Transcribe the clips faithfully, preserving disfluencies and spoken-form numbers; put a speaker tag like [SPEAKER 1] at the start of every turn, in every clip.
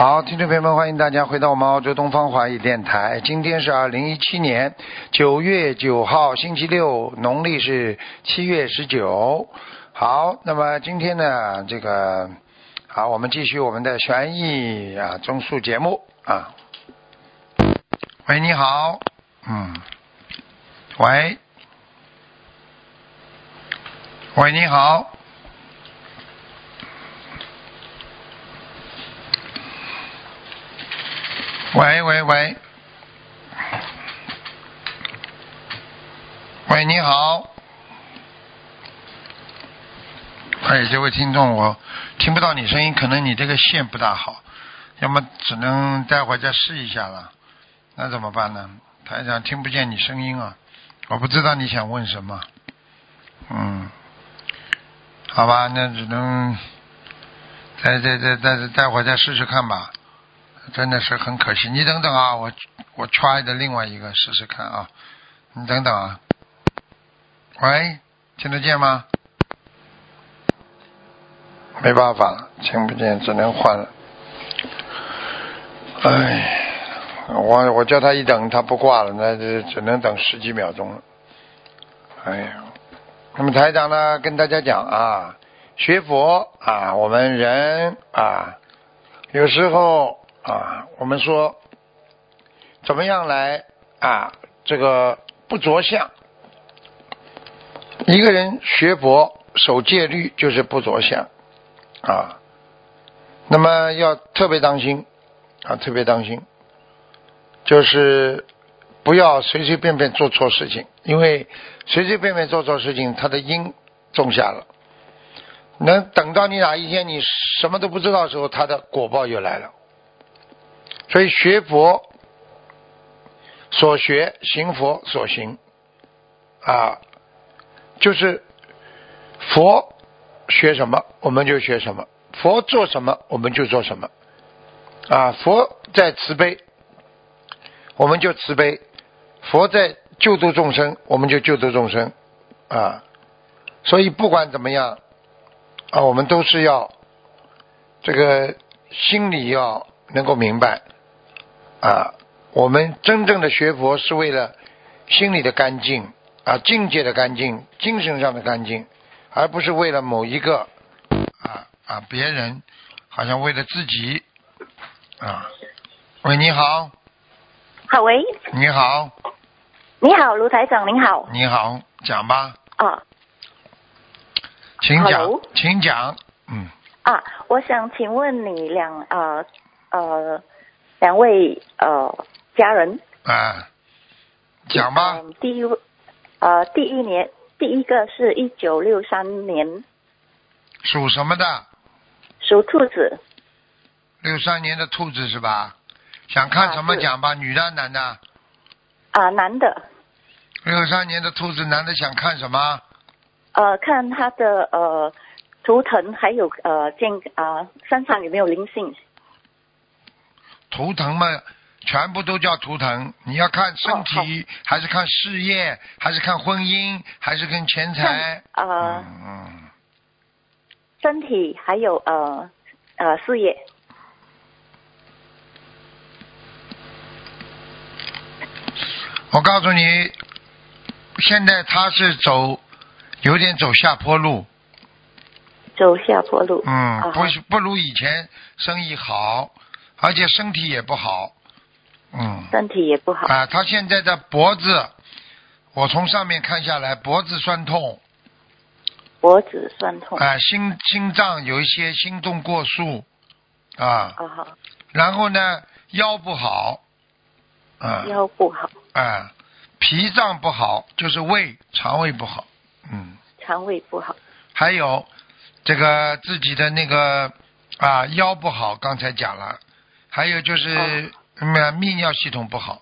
[SPEAKER 1] 好，听众朋友们，欢迎大家回到我们澳洲东方华语电台。今天是二零一七年九月九号，星期六，农历是七月十九。好，那么今天呢，这个好，我们继续我们的悬疑啊综述节目啊。喂，你好，嗯，喂，喂，你好。喂喂喂，喂，你好。哎，这位听众，我听不到你声音，可能你这个线不大好，要么只能待会儿再试一下了。那怎么办呢？台长听不见你声音啊，我不知道你想问什么。嗯，好吧，那只能再再再再待会儿再试试看吧。真的是很可惜，你等等啊，我我 try 的另外一个试试看啊，你等等啊。喂，听得见吗？没办法了，听不见，只能换了。哎，我我叫他一等，他不挂了，那就只能等十几秒钟了。哎呀，那么台长呢，跟大家讲啊，学佛啊，我们人啊，有时候啊，我们说怎么样来啊，这个不着相。一个人学佛守戒律就是不着相啊，那么要特别当心啊，特别当心，就是不要随随便便做错事情，因为随随便便做错事情，他的因种下了，能等到你哪一天你什么都不知道的时候，他的果报又来了。所以学佛所学，行佛所行啊，就是佛学什么我们就学什么，佛做什么我们就做什么啊。佛在慈悲我们就慈悲，佛在救度众生我们就救度众生啊。所以不管怎么样啊，我们都是要这个心里要能够明白啊，我们真正的学佛是为了心里的干净啊，境界的干净，精神上的干净，而不是为了某一个啊啊别人，好像为了自己啊。喂，你好。
[SPEAKER 2] 好，喂。
[SPEAKER 1] 你好。
[SPEAKER 2] 你好，卢台长，您好。
[SPEAKER 1] 你好，讲吧。
[SPEAKER 2] 啊。
[SPEAKER 1] 请讲
[SPEAKER 2] Hello？
[SPEAKER 1] 请讲。嗯。
[SPEAKER 2] 啊，我想请问你两呃呃两位呃家人。
[SPEAKER 1] 啊。讲吧。
[SPEAKER 2] 呃、第一呃第一年第一个是一九六三年。
[SPEAKER 1] 属什么的？
[SPEAKER 2] 属兔子。
[SPEAKER 1] 六三年的兔子是吧？想看什么讲吧？啊、女的男的？
[SPEAKER 2] 啊，男的。
[SPEAKER 1] 六三年的兔子男的想看什么？
[SPEAKER 2] 呃，看他的呃图腾，还有呃健啊、呃、身上有没有灵性。
[SPEAKER 1] 图腾嘛，全部都叫图腾。你要看身体，哦、还是看事业，还是看婚姻，还是看钱财？
[SPEAKER 2] 呃，
[SPEAKER 1] 嗯嗯。
[SPEAKER 2] 身体还有呃呃事业。
[SPEAKER 1] 我告诉你，现在他是走，有点走下坡路。
[SPEAKER 2] 走下坡路。
[SPEAKER 1] 嗯，不不如以前生意好，而且身体也不好。嗯。
[SPEAKER 2] 身体也不好。
[SPEAKER 1] 啊，他现在的脖子，我从上面看下来，脖子酸痛。
[SPEAKER 2] 脖子酸痛。
[SPEAKER 1] 啊，心心脏有一些心动过速。啊。
[SPEAKER 2] 啊好。
[SPEAKER 1] 然后呢，腰不好。啊。
[SPEAKER 2] 腰不好。
[SPEAKER 1] 啊，脾脏不好，就是胃肠胃不好。嗯。
[SPEAKER 2] 肠胃不好。
[SPEAKER 1] 还有这个自己的那个啊腰不好，刚才讲了。还有就是、哦、泌尿系统不好，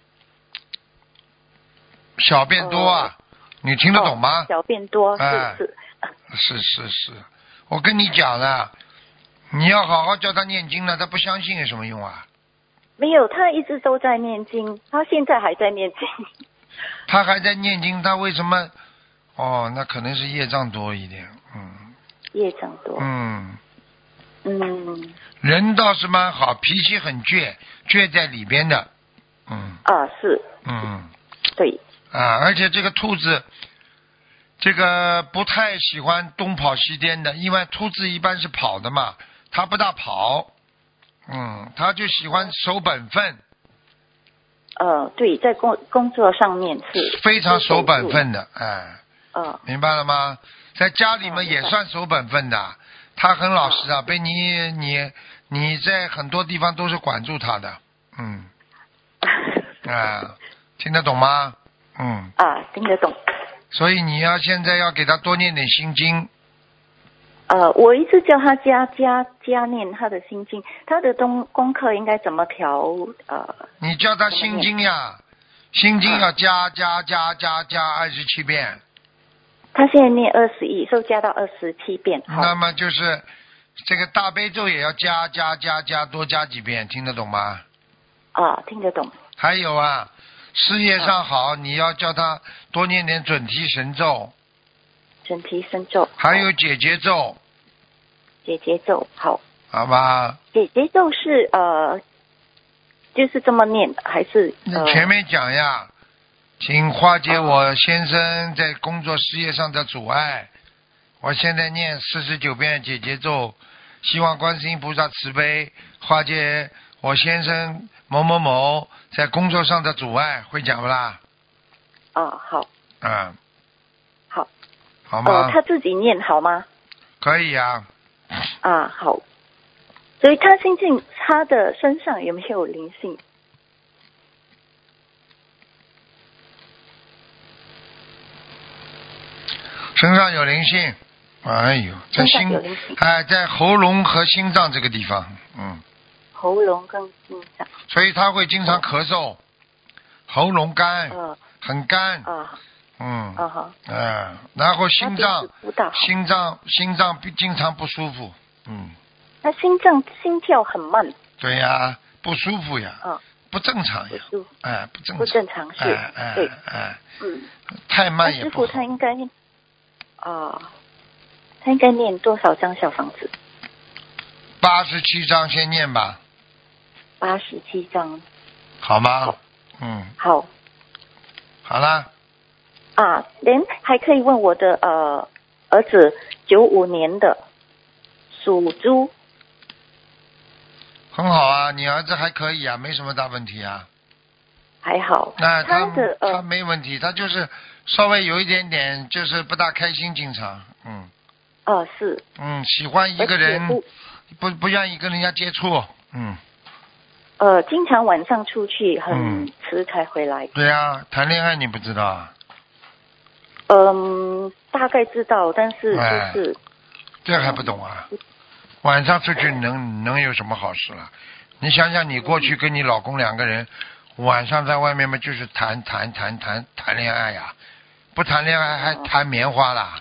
[SPEAKER 1] 小便多啊，哦、你听得懂吗？
[SPEAKER 2] 哦、小便多，
[SPEAKER 1] 哎、
[SPEAKER 2] 是
[SPEAKER 1] 是是是，我跟你讲了，你要好好教他念经了，他不相信有什么用啊？
[SPEAKER 2] 没有，他一直都在念经，他现在还在念经。
[SPEAKER 1] 他还在念经，他为什么？哦，那可能是业障多一点，嗯。
[SPEAKER 2] 业障多。
[SPEAKER 1] 嗯。
[SPEAKER 2] 嗯。
[SPEAKER 1] 人倒是蛮好，脾气很倔，倔在里边的。嗯。
[SPEAKER 2] 啊，是。
[SPEAKER 1] 嗯。
[SPEAKER 2] 对。
[SPEAKER 1] 啊，而且这个兔子，这个不太喜欢东跑西颠的，因为兔子一般是跑的嘛，它不大跑。嗯，它就喜欢守本分。
[SPEAKER 2] 呃，对，在工工作上面是
[SPEAKER 1] 非常守本分的，哎。
[SPEAKER 2] 呃。
[SPEAKER 1] 明白了吗？在家里面也算守本分的，他很老实啊，被你你你在很多地方都是管住他的，嗯。啊，听得懂吗？嗯。
[SPEAKER 2] 啊，听得懂。
[SPEAKER 1] 所以你要现在要给他多念点心经。
[SPEAKER 2] 呃，我一直叫他加加加念他的心经，他的功功课应该怎么调？呃，
[SPEAKER 1] 你叫他心经呀，心经要加加加加加二十七遍。
[SPEAKER 2] 他现在念二十一，就加到二十七遍。
[SPEAKER 1] 那么就是这个大悲咒也要加加加加多加几遍，听得懂吗？
[SPEAKER 2] 啊，听得懂。
[SPEAKER 1] 还有啊，事业上好，你要叫他多念点准提神咒。
[SPEAKER 2] 准提神咒。
[SPEAKER 1] 还有解结咒。
[SPEAKER 2] 解结咒，好。
[SPEAKER 1] 好吧。
[SPEAKER 2] 解结咒是呃，就是这么念的，还是？
[SPEAKER 1] 呃、前面讲呀，请化解我先生在工作事业上的阻碍。我现在念四十九遍解结咒，希望观世音菩萨慈悲，化解我先生某某某在工作上的阻碍，会讲不啦？
[SPEAKER 2] 啊，好。
[SPEAKER 1] 嗯。
[SPEAKER 2] 好。
[SPEAKER 1] 好吗？
[SPEAKER 2] 呃，他自己念好吗？
[SPEAKER 1] 可以啊。
[SPEAKER 2] 啊，好。所以他心境，他的身上有没有灵性？
[SPEAKER 1] 身上有灵性。哎呦，在心，哎，在喉咙和心脏这个地方，嗯。
[SPEAKER 2] 喉咙跟心脏。
[SPEAKER 1] 所以他会经常咳嗽，喉咙干，
[SPEAKER 2] 呃、
[SPEAKER 1] 很干。
[SPEAKER 2] 啊。
[SPEAKER 1] 嗯。
[SPEAKER 2] 啊哈。
[SPEAKER 1] 嗯，然后心脏，心脏，心脏经常不舒服，嗯。
[SPEAKER 2] 他心脏心跳很慢。
[SPEAKER 1] 对呀，不舒服呀。
[SPEAKER 2] 啊。
[SPEAKER 1] 不正常呀。
[SPEAKER 2] 不舒服。
[SPEAKER 1] 哎，不正常。
[SPEAKER 2] 不正常是。
[SPEAKER 1] 哎哎
[SPEAKER 2] 对。
[SPEAKER 1] 哎。
[SPEAKER 2] 嗯。
[SPEAKER 1] 太慢也不好。
[SPEAKER 2] 师傅他应该。啊，他应该念多少张小房子？
[SPEAKER 1] 八十七张，先念吧。
[SPEAKER 2] 八十七张。
[SPEAKER 1] 好吗？
[SPEAKER 2] 好。
[SPEAKER 1] 嗯。
[SPEAKER 2] 好。
[SPEAKER 1] 好啦。
[SPEAKER 2] 啊，连还可以问我的呃儿子，九五年的，属猪。
[SPEAKER 1] 很好啊，你儿子还可以啊，没什么大问题啊。
[SPEAKER 2] 还好。
[SPEAKER 1] 那他
[SPEAKER 2] 他的呃
[SPEAKER 1] 他没问题，他就是稍微有一点点，就是不大开心，经常，嗯。
[SPEAKER 2] 哦、呃，是。
[SPEAKER 1] 嗯，喜欢一个人，不不不愿意跟人家接触，嗯。
[SPEAKER 2] 呃，经常晚上出去，很迟才回来。
[SPEAKER 1] 嗯、对啊，谈恋爱你不知道啊？
[SPEAKER 2] 嗯，大概知道，但是就是。
[SPEAKER 1] 哎、这还不懂啊？晚上出去能能有什么好事了？你想想，你过去跟你老公两个人。晚上在外面嘛，就是谈谈谈谈谈恋爱呀、啊，不谈恋爱还谈棉花啦。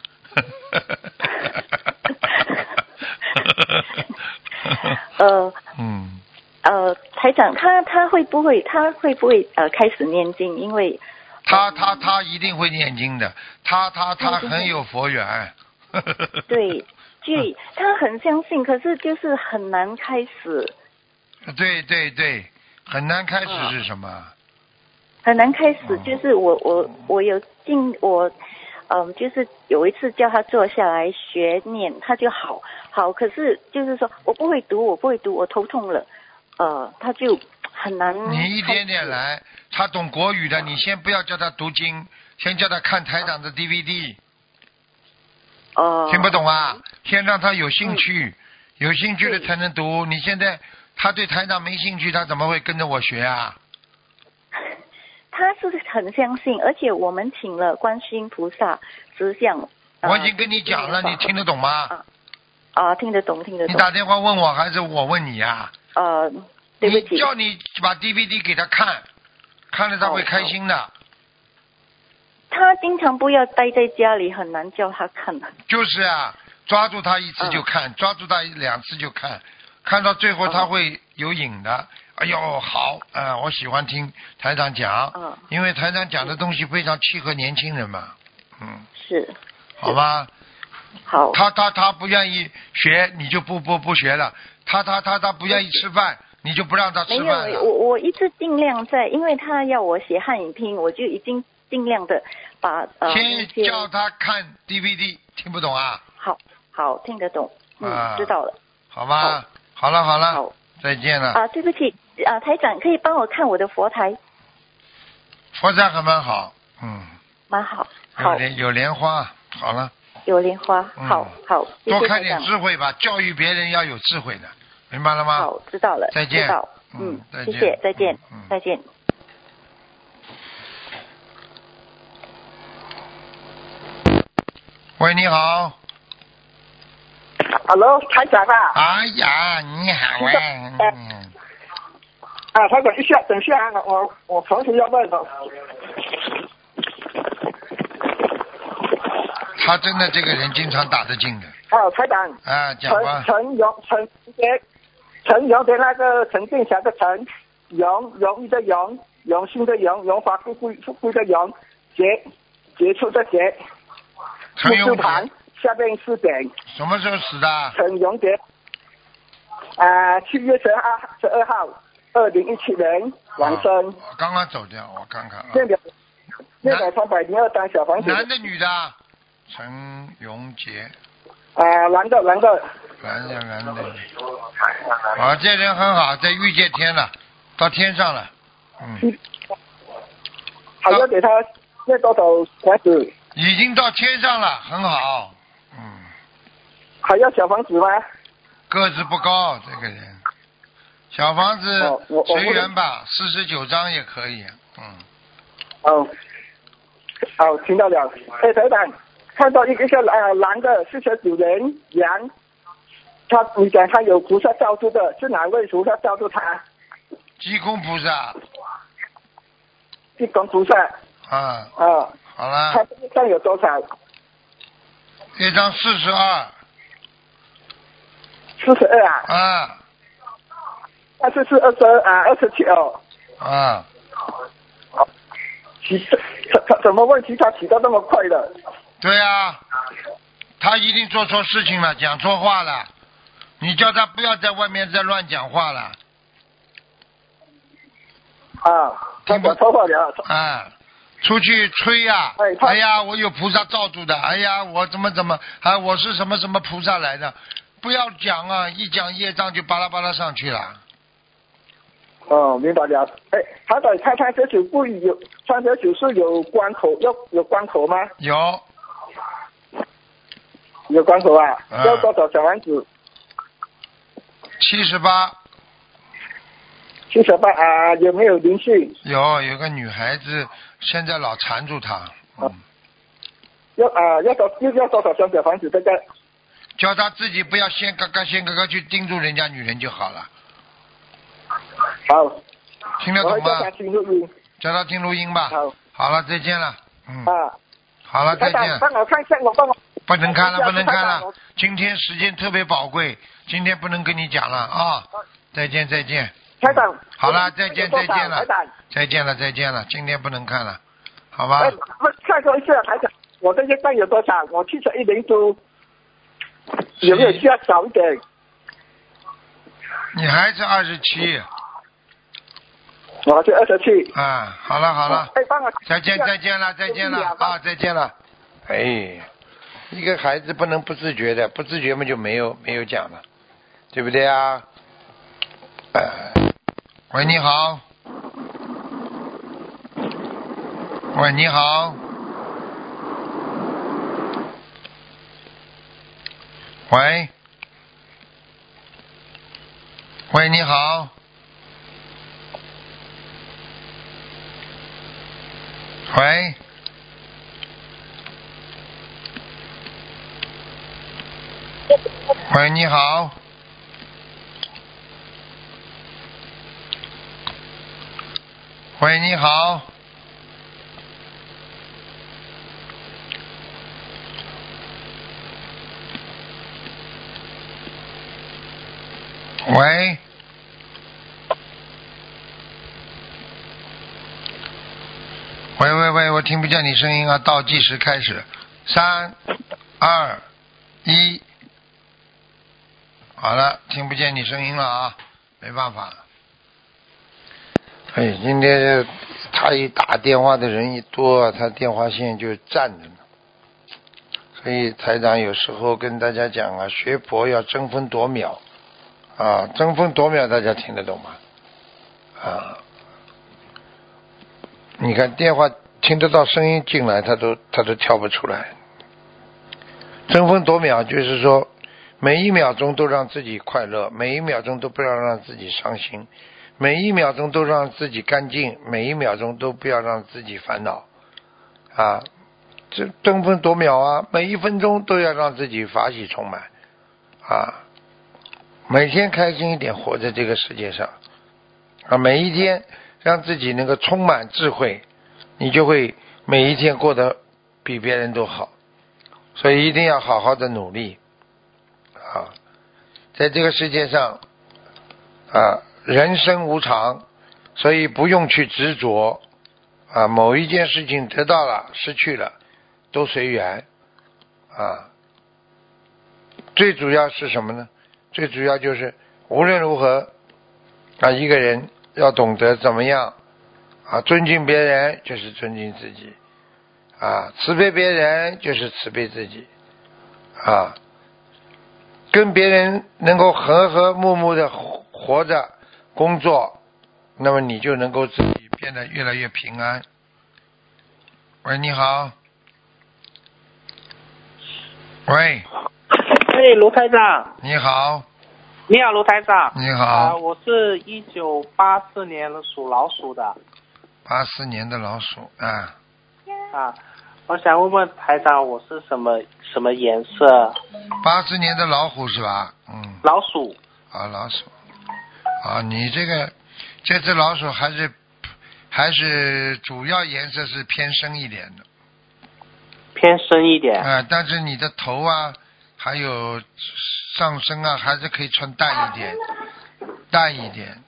[SPEAKER 2] 呃，
[SPEAKER 1] 嗯，
[SPEAKER 2] 呃，台长，他他会不会他会不会呃开始念经？因为
[SPEAKER 1] 他他他一定会念经的，他他他很有佛缘。
[SPEAKER 2] 对，对，他很相信，可是就是很难开始。
[SPEAKER 1] 对对对。很难开始是什么？啊、
[SPEAKER 2] 很难开始，就是我我我有进我，嗯，就是有一次叫他坐下来学念，他就好好，可是就是说我不会读，我不会读，我头痛了，呃，他就很难。
[SPEAKER 1] 你一点点来，他懂国语的，你先不要叫他读经，先叫他看台长的 D V D。
[SPEAKER 2] 哦、呃。
[SPEAKER 1] 听不懂啊？先让他有兴趣，嗯、有兴趣了才能读。你现在。他对台长没兴趣，他怎么会跟着我学啊？
[SPEAKER 2] 他是很相信，而且我们请了观世音菩萨石像。
[SPEAKER 1] 我已经跟你讲了，呃、你听得懂吗？
[SPEAKER 2] 啊，啊，听得懂，听得懂。
[SPEAKER 1] 你打电话问我还是我问你呀、
[SPEAKER 2] 啊？呃，对不起。
[SPEAKER 1] 你叫你把 D V D 给他看，看了他会开心的。
[SPEAKER 2] 他经常不要待在家里，很难叫他看。
[SPEAKER 1] 就是啊，抓住他一次就看，嗯、抓住他两次就看。看到最后他会有瘾的，哎呦好，呃，我喜欢听台长讲，
[SPEAKER 2] 嗯、
[SPEAKER 1] 因为台长讲的东西非常契合年轻人嘛，嗯，
[SPEAKER 2] 是，
[SPEAKER 1] 好吧，
[SPEAKER 2] 好。
[SPEAKER 1] 他他他不愿意学，你就不不不学了。他他他他不愿意吃饭，你就不让他吃
[SPEAKER 2] 没
[SPEAKER 1] 饭了。
[SPEAKER 2] 有，我我一直尽量在，因为他要我写汉语拼音，我就已经尽量的把呃。
[SPEAKER 1] 先叫他看 D V D， 听不懂啊？
[SPEAKER 2] 好，好，听得懂，嗯，
[SPEAKER 1] 啊、
[SPEAKER 2] 知道了。
[SPEAKER 1] 好吧，好了好了，
[SPEAKER 2] 好，
[SPEAKER 1] 再见了。
[SPEAKER 2] 啊，对不起，啊，台长可以帮我看我的佛台？
[SPEAKER 1] 佛台还蛮好，嗯。
[SPEAKER 2] 蛮好。
[SPEAKER 1] 有莲有莲花，好了。
[SPEAKER 2] 有莲花，
[SPEAKER 1] 嗯、
[SPEAKER 2] 好好，谢谢
[SPEAKER 1] 多开点智慧吧，教育别人要有智慧的，明白了吗？
[SPEAKER 2] 好，知道了。
[SPEAKER 1] 再见。
[SPEAKER 2] 知道，
[SPEAKER 1] 嗯，
[SPEAKER 2] 嗯谢谢，再见，
[SPEAKER 1] 嗯、
[SPEAKER 2] 再见。
[SPEAKER 1] 喂，你好。
[SPEAKER 3] Hello， 台长啊。
[SPEAKER 1] 哎呀，你好啊。嗯。
[SPEAKER 3] 啊，台长，一下，等一下，我我同时要问了。
[SPEAKER 1] 他真的这个人经常打得进的。
[SPEAKER 3] 哦，台长。
[SPEAKER 1] 啊，讲吧。
[SPEAKER 3] 陈陈勇，陈杰，陈勇的那个陈定祥的陈，勇容易的勇，永兴的永，荣华富贵富贵的荣，杰杰出的杰。
[SPEAKER 1] 陈勇杰。
[SPEAKER 3] 下面四点。
[SPEAKER 1] 什么时候死的？
[SPEAKER 3] 陈勇杰。啊，七月十二十二号，二零一七年晚上。
[SPEAKER 1] 哦、刚刚走掉，我看看啊。
[SPEAKER 3] 六百六百三百零二张小房子。
[SPEAKER 1] 男的女的？陈永杰。
[SPEAKER 3] 啊、呃，男的，男的。
[SPEAKER 1] 男的，男的。啊，这人很好，在御界天了，到天上了。嗯。
[SPEAKER 3] 还要给他念多少房子？
[SPEAKER 1] 已经到天上了，很好。嗯。
[SPEAKER 3] 还要小房子吗？
[SPEAKER 1] 个子不高，这个人。小房子随缘吧，四十九张也可以。嗯。
[SPEAKER 3] 哦。好，听到了。哎，台长。看到一个呃男的四十九年羊，他你讲他有菩萨照住的，是哪位菩萨照住他？
[SPEAKER 1] 济公菩萨。
[SPEAKER 3] 济公菩萨。
[SPEAKER 1] 啊。
[SPEAKER 3] 啊。
[SPEAKER 1] 好了。
[SPEAKER 3] 他这张有多少？
[SPEAKER 1] 一张四十二。
[SPEAKER 3] 四十二啊。
[SPEAKER 1] 啊。
[SPEAKER 3] 但是是二十啊二十七哦。
[SPEAKER 1] 啊。
[SPEAKER 3] 起他他怎么问题他起到那么快的？
[SPEAKER 1] 对啊，他一定做错事情了，讲错话了。你叫他不要在外面再乱讲话了。
[SPEAKER 3] 啊，他讲错话了。
[SPEAKER 1] 啊，出去吹呀、啊！
[SPEAKER 3] 哎,
[SPEAKER 1] 哎呀，我有菩萨罩住的。哎呀，我怎么怎么啊？我是什么什么菩萨来的？不要讲啊！一讲业障就巴拉巴拉上去了。
[SPEAKER 3] 哦，明白了。哎，他的他他这首不有，他这首是有关口，要有关口吗？
[SPEAKER 1] 有。
[SPEAKER 3] 有关口啊？
[SPEAKER 1] 嗯、
[SPEAKER 3] 要多少小房子？
[SPEAKER 1] 七十八。
[SPEAKER 3] 七十八啊？有没有灵性？
[SPEAKER 1] 有，有个女孩子现在老缠住他。嗯。啊、
[SPEAKER 3] 要啊要多要要多少张小房子？这个？
[SPEAKER 1] 叫他自己不要先嘎嘎先嘎嘎去盯住人家女人就好了。
[SPEAKER 3] 好。
[SPEAKER 1] 听得懂吗？
[SPEAKER 3] 叫他听录音。
[SPEAKER 1] 叫他听录音吧。
[SPEAKER 3] 好。
[SPEAKER 1] 好了，再见了。嗯。
[SPEAKER 3] 啊。
[SPEAKER 1] 好了，再见。
[SPEAKER 3] 帮我看一下，我帮我。
[SPEAKER 1] 不能看了，不能看了。今天时间特别宝贵，今天不能跟你讲了啊！再见，再见。
[SPEAKER 3] 台长。
[SPEAKER 1] 好了，再见，再见了。再见了，再见了。今天不能看了，好吧？
[SPEAKER 3] 哎，再说一次，台长，我这些单有多少？我七十一零度，有没有需要少一点？
[SPEAKER 1] 你还是二十七。
[SPEAKER 3] 我是二十七。
[SPEAKER 1] 啊，好了好了。
[SPEAKER 3] 哎，帮我。
[SPEAKER 1] 再见再见了，再见了啊，再见了。哎，一个孩子不能不自觉的，不自觉嘛就没有没有讲了，对不对啊？呃，喂，你好。喂，你好。喂。喂，你好。喂。喂，你好。喂，你好。喂。喂喂喂，我听不见你声音啊！倒计时开始，三、二、 一。好了，听不见你声音了啊，没办法。哎，今天他一打电话的人一多，他电话线就占着呢。所以台长有时候跟大家讲啊，学佛要争分夺秒啊，争分夺秒，大家听得懂吗？啊，你看电话听得到声音进来，他都他都跳不出来。争分夺秒就是说，每一秒钟都让自己快乐，每一秒钟都不要让自己伤心，每一秒钟都让自己干净，每一秒钟都不要让自己烦恼啊。这争分夺秒啊，每一分钟都要让自己法喜充满啊，每天开心一点活在这个世界上啊，每一天让自己能够充满智慧，你就会每一天过得比别人都好。所以一定要好好的努力啊，在这个世界上啊，人生无常，所以不用去执着啊，某一件事情得到了失去了都随缘啊。最主要是什么呢？最主要就是无论如何啊，一个人要懂得怎么样啊，尊敬别人就是尊敬自己啊，慈悲别人就是慈悲自己啊，跟别人能够和和睦睦的活着工作，那么你就能够自己变得越来越平安。喂，你好。喂。
[SPEAKER 4] 哎，卢台长。
[SPEAKER 1] 你好。
[SPEAKER 4] 你好，卢台长。
[SPEAKER 1] 你好。
[SPEAKER 4] 啊、我是一九八四年属老鼠的。
[SPEAKER 1] 八四年的老鼠啊。
[SPEAKER 4] 啊，我想问问台长，我是什么什么颜色？
[SPEAKER 1] 八四年的老虎是吧？嗯。
[SPEAKER 4] 老鼠。
[SPEAKER 1] 啊，老鼠。啊，你这个这只老鼠还是还是主要颜色是偏深一点的。
[SPEAKER 4] 偏深一点。
[SPEAKER 1] 啊，但是你的头啊，还有上身啊，还是可以穿淡一点，淡一点。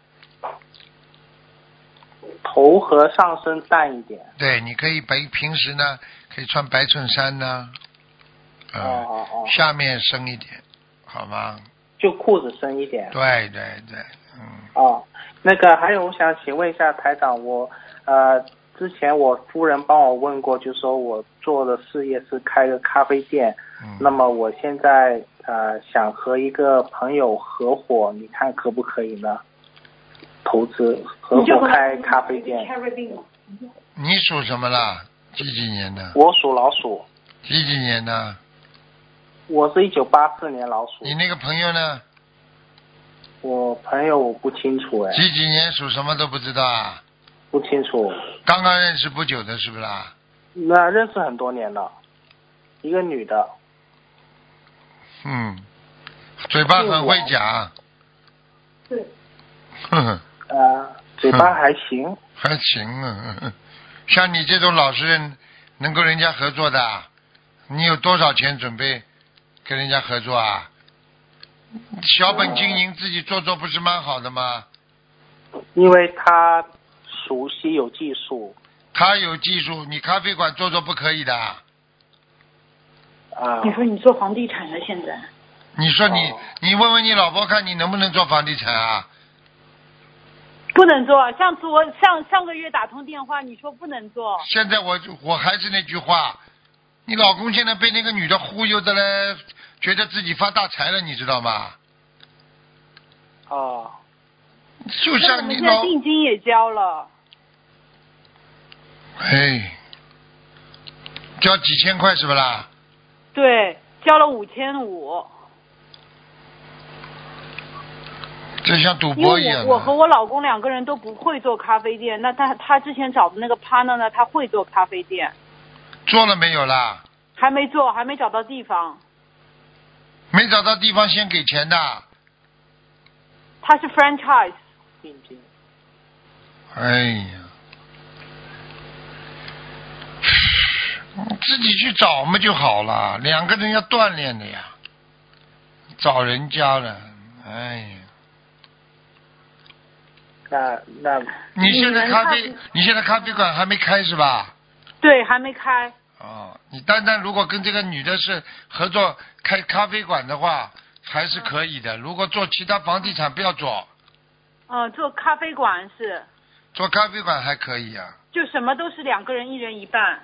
[SPEAKER 4] 头和上身淡一点。
[SPEAKER 1] 对，你可以白平时呢可以穿白衬衫呢，呃、
[SPEAKER 4] 哦哦哦，
[SPEAKER 1] 下面深一点，好吗？
[SPEAKER 4] 就裤子深一点。
[SPEAKER 1] 对对对，嗯。
[SPEAKER 4] 哦，那个还有，我想请问一下台长，我呃之前我夫人帮我问过，就说我做的事业是开个咖啡店，
[SPEAKER 1] 嗯、
[SPEAKER 4] 那么我现在呃想和一个朋友合伙，你看可不可以呢？投资合伙开咖啡店。
[SPEAKER 1] 你属什么啦？几几年的？
[SPEAKER 4] 我属老鼠。
[SPEAKER 1] 几几年的？
[SPEAKER 4] 我是一九八四年老鼠。
[SPEAKER 1] 你那个朋友呢？
[SPEAKER 4] 我朋友我不清楚哎。
[SPEAKER 1] 几几年属什么都不知道啊？
[SPEAKER 4] 不清楚。
[SPEAKER 1] 刚刚认识不久的是不是啦？
[SPEAKER 4] 那认识很多年了，一个女的。
[SPEAKER 1] 嗯，嘴巴很会讲。
[SPEAKER 4] 对。
[SPEAKER 1] 哼哼。
[SPEAKER 4] 呃，嘴巴还行。
[SPEAKER 1] 还行啊，像你这种老实人，能跟人家合作的，你有多少钱准备跟人家合作啊？小本经营，自己做做不是蛮好的吗？
[SPEAKER 4] 因为他熟悉有技术。
[SPEAKER 1] 他有技术，你咖啡馆做做不可以的。
[SPEAKER 4] 啊。
[SPEAKER 5] 你说你做房地产的现在？
[SPEAKER 1] 你说你、
[SPEAKER 4] 哦、
[SPEAKER 1] 你问问你老婆看你能不能做房地产啊？
[SPEAKER 5] 不能做，上次我上上个月打通电话，你说不能做。
[SPEAKER 1] 现在我我还是那句话，你老公现在被那个女的忽悠的嘞，觉得自己发大财了，你知道吗？
[SPEAKER 5] 哦。
[SPEAKER 1] 就像你
[SPEAKER 5] 老。现在定金也交了。
[SPEAKER 1] 哎，交几千块是不啦？
[SPEAKER 5] 对，交了五千五。
[SPEAKER 1] 这像赌博一样。
[SPEAKER 5] 我我和我老公两个人都不会做咖啡店，那他他之前找的那个 partner 呢，他会做咖啡店。
[SPEAKER 1] 做了没有啦？
[SPEAKER 5] 还没做，还没找到地方。
[SPEAKER 1] 没找到地方先给钱的。
[SPEAKER 5] 他是 franchise。
[SPEAKER 1] 哎呀，自己去找嘛就好了，两个人要锻炼的呀。找人家了，哎呀。
[SPEAKER 4] 那那
[SPEAKER 1] 你现在咖啡，你现在咖啡馆还没开是吧？
[SPEAKER 5] 对，还没开。
[SPEAKER 1] 哦，你单单如果跟这个女的是合作开咖啡馆的话，还是可以的。如果做其他房地产不要做。
[SPEAKER 5] 嗯、呃，做咖啡馆是。
[SPEAKER 1] 做咖啡馆还可以啊。
[SPEAKER 5] 就什么都是两个人一人一半。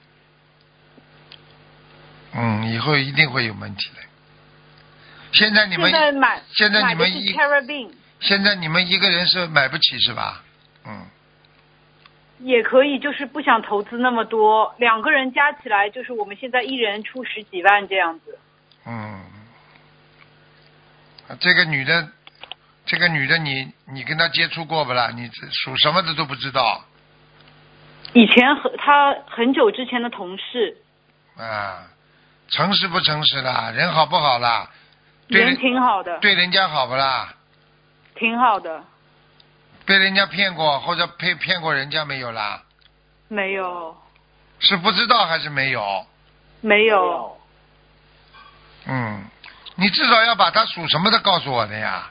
[SPEAKER 1] 嗯，以后一定会有问题的。现在你们
[SPEAKER 5] 现在买
[SPEAKER 1] 现在你们一
[SPEAKER 5] 买的是
[SPEAKER 1] 现在你们一个人是买不起是吧？嗯。
[SPEAKER 5] 也可以，就是不想投资那么多，两个人加起来就是我们现在一人出十几万这样子。
[SPEAKER 1] 嗯，这个女的，这个女的你你跟她接触过不啦？你属什么的都不知道。
[SPEAKER 5] 以前和她很久之前的同事。
[SPEAKER 1] 啊，诚实不诚实啦？人好不好啦？对
[SPEAKER 5] 人挺好的。
[SPEAKER 1] 对人家好不啦？
[SPEAKER 5] 挺好的。
[SPEAKER 1] 被人家骗过或者骗骗过人家没有啦？
[SPEAKER 5] 没有。
[SPEAKER 1] 是不知道还是没有？
[SPEAKER 5] 没有。
[SPEAKER 1] 嗯，你至少要把他属什么的告诉我的呀？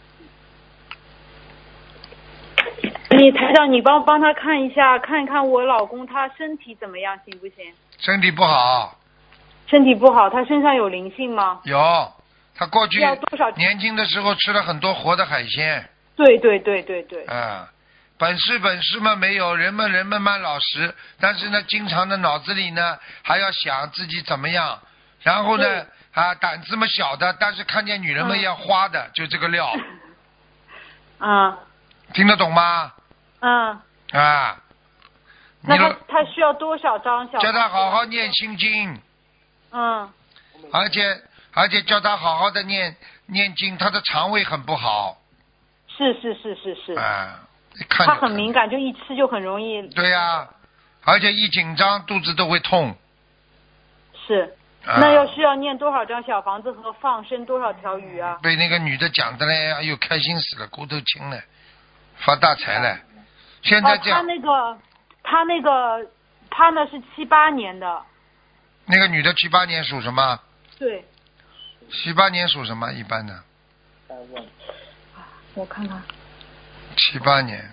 [SPEAKER 5] 你台长，你帮帮他看一下，看一看我老公他身体怎么样，行不行？
[SPEAKER 1] 身体不好。
[SPEAKER 5] 身体不好，他身上有灵性吗？
[SPEAKER 1] 有，他过去
[SPEAKER 5] 要多少
[SPEAKER 1] 年轻的时候吃了很多活的海鲜。
[SPEAKER 5] 对对对对对。
[SPEAKER 1] 啊，本事本事嘛没有，人们人们蛮老实，但是呢，经常的脑子里呢还要想自己怎么样，然后呢啊胆子嘛小的，但是看见女人们要花的，嗯、就这个料。
[SPEAKER 5] 啊。
[SPEAKER 1] 听得懂吗？
[SPEAKER 5] 嗯。
[SPEAKER 1] 啊。
[SPEAKER 5] 那他他需要多少张小？
[SPEAKER 1] 叫他好好念心经。
[SPEAKER 5] 嗯。
[SPEAKER 1] 而且而且叫他好好的念念经，他的肠胃很不好。
[SPEAKER 5] 是是是是是。
[SPEAKER 1] 啊，看
[SPEAKER 5] 他很敏感，就一吃就很容易。
[SPEAKER 1] 对呀、啊，而且一紧张肚子都会痛。
[SPEAKER 5] 是。
[SPEAKER 1] 啊、
[SPEAKER 5] 那要需要念多少张小房子和放生多少条鱼啊？
[SPEAKER 1] 被那个女的讲的嘞，哎呦开心死了，骨头轻了，发大财了。现在这样。
[SPEAKER 5] 哦，他那个他那个他呢是七八年的。
[SPEAKER 1] 那个女的七八年属什么？
[SPEAKER 5] 对。
[SPEAKER 1] 七八年属什么？一般的。
[SPEAKER 5] 我看看。
[SPEAKER 1] 七八年。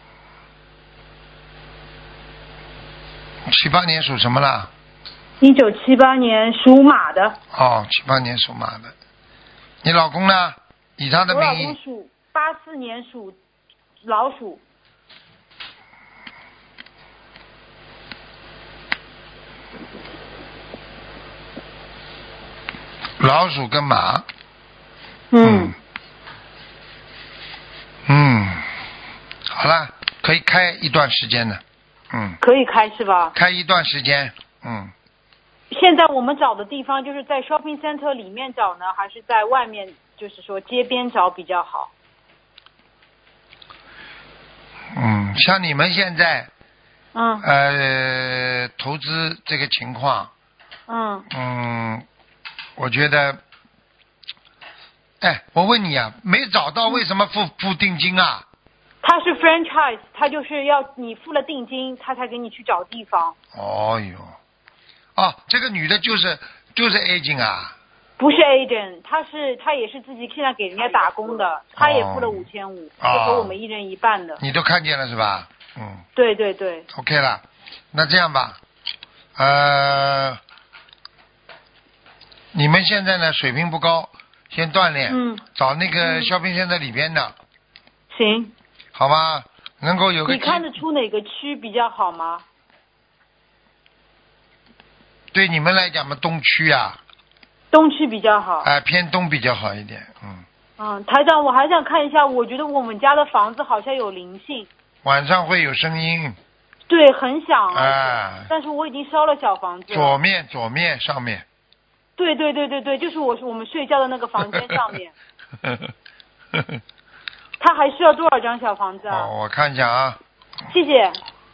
[SPEAKER 1] 七八年属什么啦？
[SPEAKER 5] 一九七八年属马的。
[SPEAKER 1] 哦，七八年属马的。你老公呢？以他的名义。
[SPEAKER 5] 我老公属八四年属老鼠。
[SPEAKER 1] 老鼠跟马。
[SPEAKER 5] 嗯。
[SPEAKER 1] 嗯，好了，可以开一段时间的。嗯。
[SPEAKER 5] 可以开是吧？
[SPEAKER 1] 开一段时间，嗯。
[SPEAKER 5] 现在我们找的地方就是在 shopping center 里面找呢，还是在外面，就是说街边找比较好？
[SPEAKER 1] 嗯，像你们现在，
[SPEAKER 5] 嗯，
[SPEAKER 1] 呃，投资这个情况，
[SPEAKER 5] 嗯，
[SPEAKER 1] 嗯，我觉得，哎，我问你啊，没找到为什么付、嗯、付定金啊？
[SPEAKER 5] 他是 franchise， 他就是要你付了定金，他才给你去找地方。
[SPEAKER 1] 哦哟，哦，这个女的就是就是 agent 啊？
[SPEAKER 5] 不是 agent， 他是他也是自己现在给人家打工的，他也付了五千五，是和我们一人一半的。
[SPEAKER 1] 你都看见了是吧？嗯。
[SPEAKER 5] 对对对。
[SPEAKER 1] OK 了，那这样吧，呃，你们现在呢水平不高，先锻炼，
[SPEAKER 5] 嗯，
[SPEAKER 1] 找那个消费现在里边的。
[SPEAKER 5] 行。
[SPEAKER 1] 好吧，能够有个。
[SPEAKER 5] 你看得出哪个区比较好吗？
[SPEAKER 1] 对你们来讲嘛，东区啊。
[SPEAKER 5] 东区比较好。
[SPEAKER 1] 哎、呃，偏东比较好一点，嗯。
[SPEAKER 5] 嗯，台长，我还想看一下，我觉得我们家的房子好像有灵性。
[SPEAKER 1] 晚上会有声音。
[SPEAKER 5] 对，很响。
[SPEAKER 1] 哎、呃。
[SPEAKER 5] 但是我已经烧了小房子了。
[SPEAKER 1] 左面，左面，上面。
[SPEAKER 5] 对对对对对，就是我我们睡觉的那个房间上面。他还需要多少张小房子啊？
[SPEAKER 1] 哦，我看一下啊。
[SPEAKER 5] 谢谢。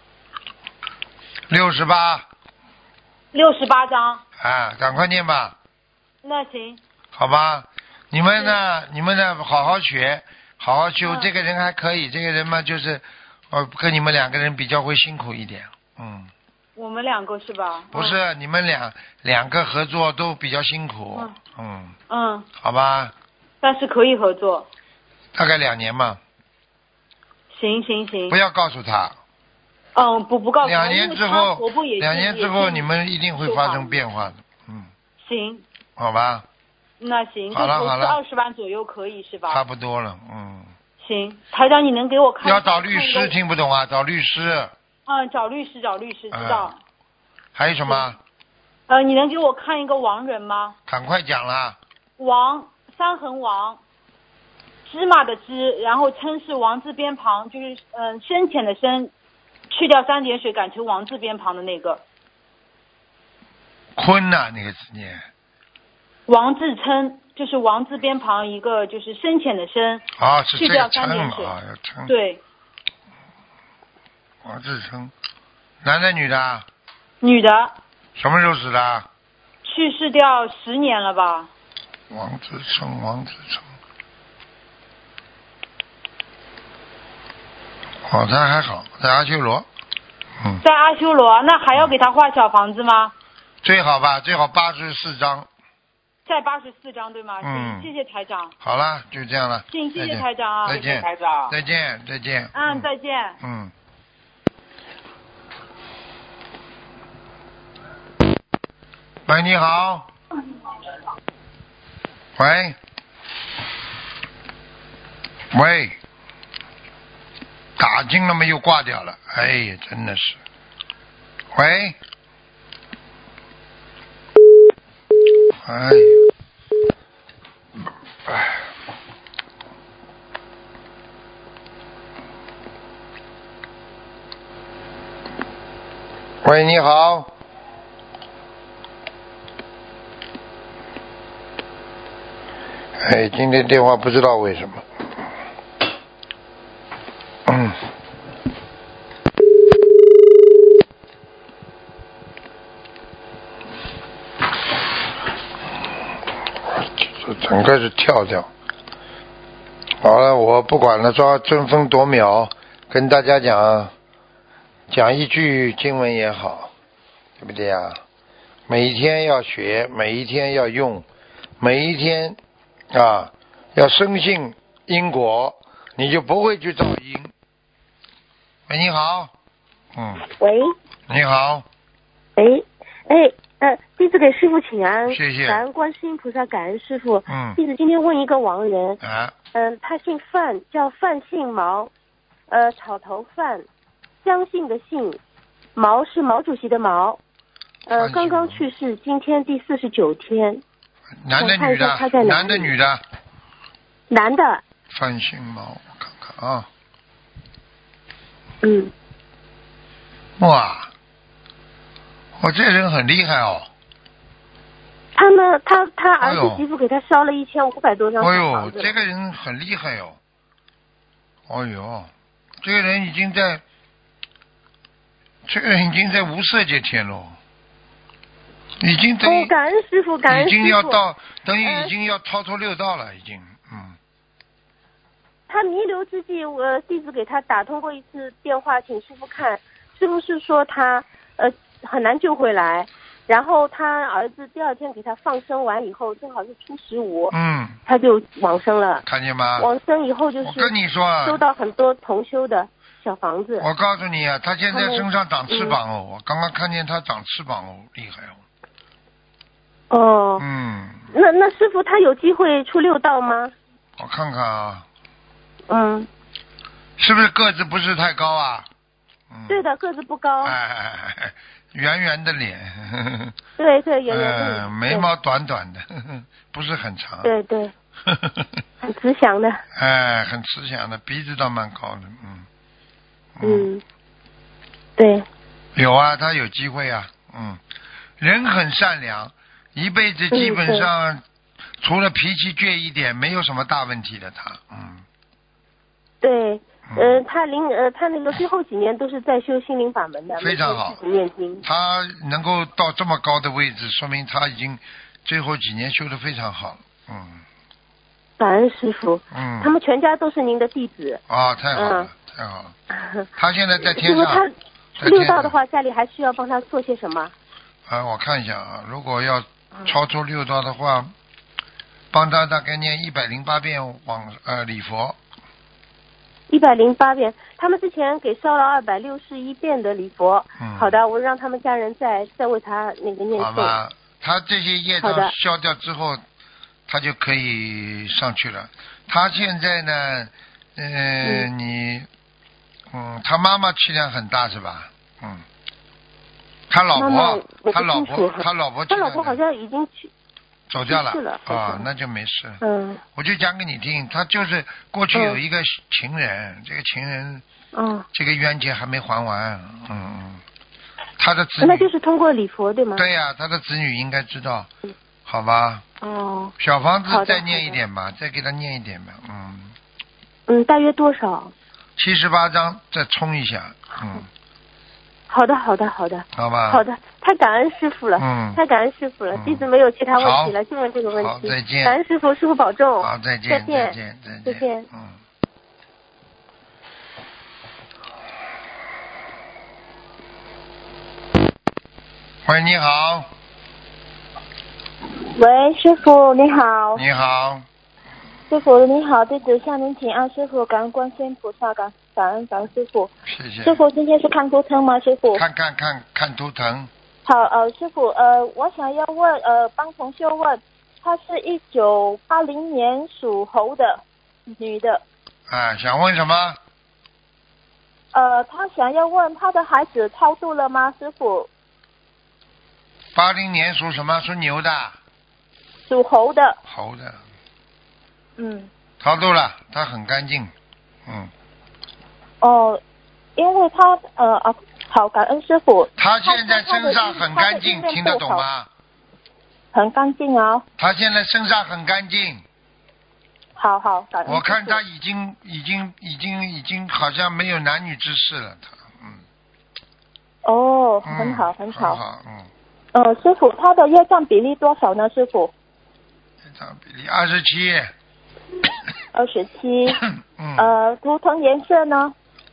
[SPEAKER 1] 六十八。
[SPEAKER 5] 六十八张。
[SPEAKER 1] 啊，赶快念吧。
[SPEAKER 5] 那行。
[SPEAKER 1] 好吧，你们呢？你们呢？好好学，好好修。
[SPEAKER 5] 嗯、
[SPEAKER 1] 这个人还可以，这个人嘛，就是呃，跟你们两个人比较会辛苦一点，嗯。
[SPEAKER 5] 我们两个是吧？
[SPEAKER 1] 不是，嗯、你们两两个合作都比较辛苦，
[SPEAKER 5] 嗯。
[SPEAKER 1] 嗯.
[SPEAKER 5] 嗯。
[SPEAKER 1] 好吧。
[SPEAKER 5] 但是可以合作。
[SPEAKER 1] 大概两年嘛。
[SPEAKER 5] 行行行。
[SPEAKER 1] 不要告诉他。
[SPEAKER 5] 嗯，不不告诉他，
[SPEAKER 1] 两年之后，
[SPEAKER 5] 婆婆也
[SPEAKER 1] 两年之后你们一定会发生变化的。嗯。
[SPEAKER 5] 行。
[SPEAKER 1] 好吧。
[SPEAKER 5] 那行，
[SPEAKER 1] 好了好了，
[SPEAKER 5] 二十万左右可以是吧？
[SPEAKER 1] 差不多了，嗯。
[SPEAKER 5] 行，台长，你能给我看？
[SPEAKER 1] 要找律师，听不懂啊？找律师。
[SPEAKER 5] 嗯，找律师，找律师，知道。
[SPEAKER 1] 嗯、还有什么？
[SPEAKER 5] 呃，你能给我看一个亡人吗？
[SPEAKER 1] 赶快讲啦。
[SPEAKER 5] 王，三横王，芝麻的芝，然后称是王字边旁，就是嗯、呃、深浅的深，去掉三点水，改成王字边旁的那个。
[SPEAKER 1] 坤呐、啊，那个字念。
[SPEAKER 5] 王字称，就是王字边旁一个就是深浅的深。
[SPEAKER 1] 啊，是
[SPEAKER 5] 去掉三点水。
[SPEAKER 1] 啊，要称。
[SPEAKER 5] 对。
[SPEAKER 1] 王字称，男的女的？
[SPEAKER 5] 女的。
[SPEAKER 1] 什么时候死的？
[SPEAKER 5] 去世掉十年了吧。
[SPEAKER 1] 王字称，王字称。哦，他还好，在阿修罗。嗯。
[SPEAKER 5] 在阿修罗，那还要给他画小房子吗？
[SPEAKER 1] 最好吧，最好八十四张。
[SPEAKER 5] 在八十四张对吗？
[SPEAKER 1] 嗯。
[SPEAKER 5] 谢谢台长。
[SPEAKER 1] 好了，就这样了。
[SPEAKER 5] 行，谢谢台长啊。
[SPEAKER 1] 再见，
[SPEAKER 5] 台长。
[SPEAKER 1] 再见，再见。
[SPEAKER 5] 嗯，再见。
[SPEAKER 1] 嗯。喂，你好。喂。喂。打进了没有挂掉了？哎呀，真的是。喂。哎。哎。喂，你好。哎，今天电话不知道为什么。嗯。整个是跳掉。好了，我不管了，抓争分夺秒，跟大家讲讲一句经文也好，对不对呀？每一天要学，每一天要用，每一天啊要深信因果，你就不会去造因。喂，你好。嗯。
[SPEAKER 6] 喂。
[SPEAKER 1] 你好。
[SPEAKER 6] 喂，哎。呃，弟子给师父请安，
[SPEAKER 1] 谢谢，
[SPEAKER 6] 感恩观世音菩萨，感恩师父。
[SPEAKER 1] 嗯，
[SPEAKER 6] 弟子今天问一个亡人，
[SPEAKER 1] 啊，
[SPEAKER 6] 嗯，他姓范，叫范姓毛，呃，草头范，相信的信，毛是毛主席的毛，呃，刚刚去世，今天第四十九天。
[SPEAKER 1] 男的女的？
[SPEAKER 6] 他在
[SPEAKER 1] 男的女的？
[SPEAKER 6] 男的。
[SPEAKER 1] 范姓毛，我看看啊。
[SPEAKER 6] 嗯。
[SPEAKER 1] 哇。我这人很厉害哦。
[SPEAKER 6] 他呢？他他儿子媳妇给他烧了一千五百多张小房子。
[SPEAKER 1] 哎呦，这个人很厉害哦。哎呦，这个人已经在，这个人已经在无色界天了，已经等于、
[SPEAKER 6] 哦、感恩师父，感恩师父，
[SPEAKER 1] 已经要到，等于已经要超脱六道了，已经，嗯。
[SPEAKER 6] 他弥留之际，我弟子给他打通过一次电话，请师父看，师父是说他呃。很难救回来，然后他儿子第二天给他放生完以后，正好是初十五，
[SPEAKER 1] 嗯，
[SPEAKER 6] 他就往生了。
[SPEAKER 1] 看见吗？
[SPEAKER 6] 往生以后就是
[SPEAKER 1] 我跟你说啊，
[SPEAKER 6] 收到很多同修的小房子。
[SPEAKER 1] 我告诉你啊，他现在身上长翅膀哦，我刚刚看见他长翅膀哦，厉害
[SPEAKER 6] 哦。哦。
[SPEAKER 1] 嗯。
[SPEAKER 6] 那那师父他有机会出六道吗？
[SPEAKER 1] 我看看啊。
[SPEAKER 6] 嗯。
[SPEAKER 1] 是不是个子不是太高啊？
[SPEAKER 6] 嗯、对的，个子不高。
[SPEAKER 1] 哎哎哎。圆圆的脸，呵呵
[SPEAKER 6] 对对，圆圆的脸、
[SPEAKER 1] 呃，眉毛短短的，呵呵不是很长。
[SPEAKER 6] 对对，很慈祥的。
[SPEAKER 1] 哎，很慈祥的，鼻子倒蛮高的，嗯。
[SPEAKER 6] 嗯，对。
[SPEAKER 1] 有啊，他有机会啊，嗯，人很善良，一辈子基本上除了脾气倔一点，没有什么大问题的他，嗯。
[SPEAKER 6] 对。呃，他临呃，他那个最后几年都是在修心灵法门的，
[SPEAKER 1] 非常好。
[SPEAKER 6] 念经。
[SPEAKER 1] 他能够到这么高的位置，说明他已经最后几年修得非常好了。嗯。
[SPEAKER 6] 感恩师父。
[SPEAKER 1] 嗯。
[SPEAKER 6] 他们全家都是您的弟子。
[SPEAKER 1] 啊，太好了，嗯、太好了。他现在在天上。
[SPEAKER 6] 师父，他六道的话，家里还需要帮他做些什么？
[SPEAKER 1] 啊，我看一下啊，如果要超出六道的话，帮他大概念一百零八遍往呃礼佛。
[SPEAKER 6] 一百零八遍。他们之前给烧了二百六十一遍的礼佛。
[SPEAKER 1] 嗯。
[SPEAKER 6] 好的，我让他们家人再再为他那个念诵。
[SPEAKER 1] 好吧，他这些业障消掉之后，他就可以上去了。他现在呢，呃、嗯，你，嗯，他妈妈气量很大是吧？嗯。他老婆，
[SPEAKER 6] 妈妈
[SPEAKER 1] 他老婆，他老婆，
[SPEAKER 6] 他老婆好像已经去
[SPEAKER 1] 走掉了
[SPEAKER 6] 了
[SPEAKER 1] 啊，那就没事。
[SPEAKER 6] 嗯，
[SPEAKER 1] 我就讲给你听，他就是过去有一个情人，嗯、这个情人，
[SPEAKER 6] 嗯，
[SPEAKER 1] 这个冤结还没还完，嗯嗯，他的子女，
[SPEAKER 6] 那就是通过礼佛对吗？
[SPEAKER 1] 对呀、啊，他的子女应该知道，嗯、好吧？
[SPEAKER 6] 哦，
[SPEAKER 1] 小房子再念一点吧，再给他念一点吧，嗯。
[SPEAKER 6] 嗯，大约多少？
[SPEAKER 1] 七十八章，再冲一下，嗯。
[SPEAKER 6] 好的，好的，好的，
[SPEAKER 1] 好吧，
[SPEAKER 6] 好的，太感恩师傅了，
[SPEAKER 1] 嗯，
[SPEAKER 6] 太感恩师傅了，弟子没有其他问题了，就问这个问题。
[SPEAKER 1] 好，再见。
[SPEAKER 6] 感恩师傅，师傅保重。
[SPEAKER 1] 好，再见，
[SPEAKER 6] 再见，
[SPEAKER 1] 再见，再见，
[SPEAKER 6] 再见。
[SPEAKER 1] 嗯。喂，你好。
[SPEAKER 7] 喂，师傅你好。
[SPEAKER 1] 你好。
[SPEAKER 7] 师傅你好，弟子向您请安，师傅感恩观世音菩萨，感感恩感恩师傅。
[SPEAKER 1] 谢谢。
[SPEAKER 7] 师傅今天是看图腾吗？师傅。
[SPEAKER 1] 看看看看图腾。
[SPEAKER 7] 好，呃，师傅，呃，我想要问，呃，帮同修问，她是一九八零年属猴的女的。
[SPEAKER 1] 啊，想问什么？
[SPEAKER 7] 呃，她想要问她的孩子超度了吗？师傅。
[SPEAKER 1] 八零年属什么？属牛的。
[SPEAKER 7] 属猴的。
[SPEAKER 1] 猴的。
[SPEAKER 7] 嗯。
[SPEAKER 1] 超度了，他很干净，嗯。
[SPEAKER 7] 哦，因为他呃啊，好，感恩师傅。
[SPEAKER 1] 他现在身上很干净，听得懂吗？
[SPEAKER 7] 很干净啊。
[SPEAKER 1] 他现在身上很干净。
[SPEAKER 7] 好好，感恩师傅。
[SPEAKER 1] 我看他已经已经已经已经好像没有男女之事了，他嗯。
[SPEAKER 7] 哦，很好，很好。
[SPEAKER 1] 很好，嗯。
[SPEAKER 7] 呃，师傅，他的业障比例多少呢？师傅？
[SPEAKER 1] 业障比例二十七。
[SPEAKER 7] 二十七。
[SPEAKER 1] 嗯。
[SPEAKER 7] 呃，图腾颜色呢？